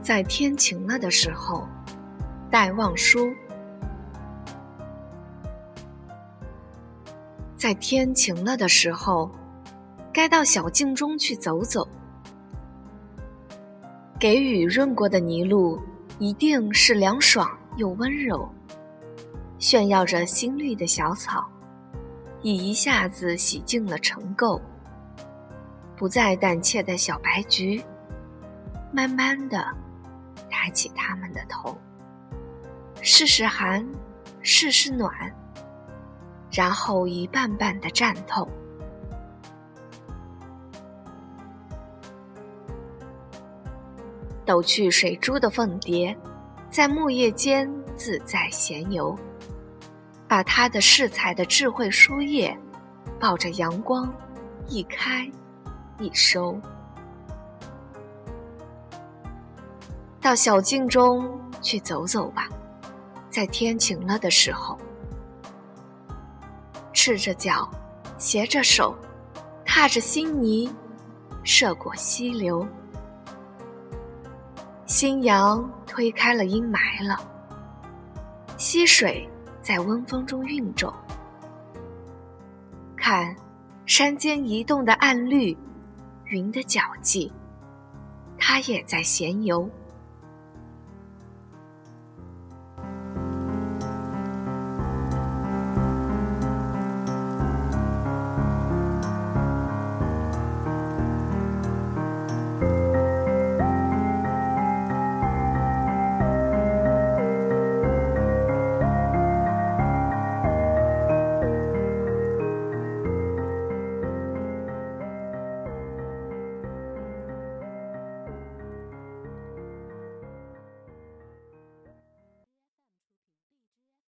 在天晴了的时候，戴望舒。在天晴了的时候，该到小径中去走走。给雨润过的泥路一定是凉爽又温柔，炫耀着新绿的小草，已一下子洗净了尘垢，不再胆怯的小白菊，慢慢地抬起它们的头，试试寒，试试暖，然后一瓣瓣地绽透。抖去水珠的凤蝶，在木叶间自在闲游，把它的饰彩的智慧书页，抱着阳光，一开一收。到小径中去走走吧，在天晴了的时候，赤着脚，携着手，踏着新泥，涉过溪流。新阳推开了阴霾了，溪水在温风中运走。看山间移动的暗绿，云的脚迹，它也在闲游。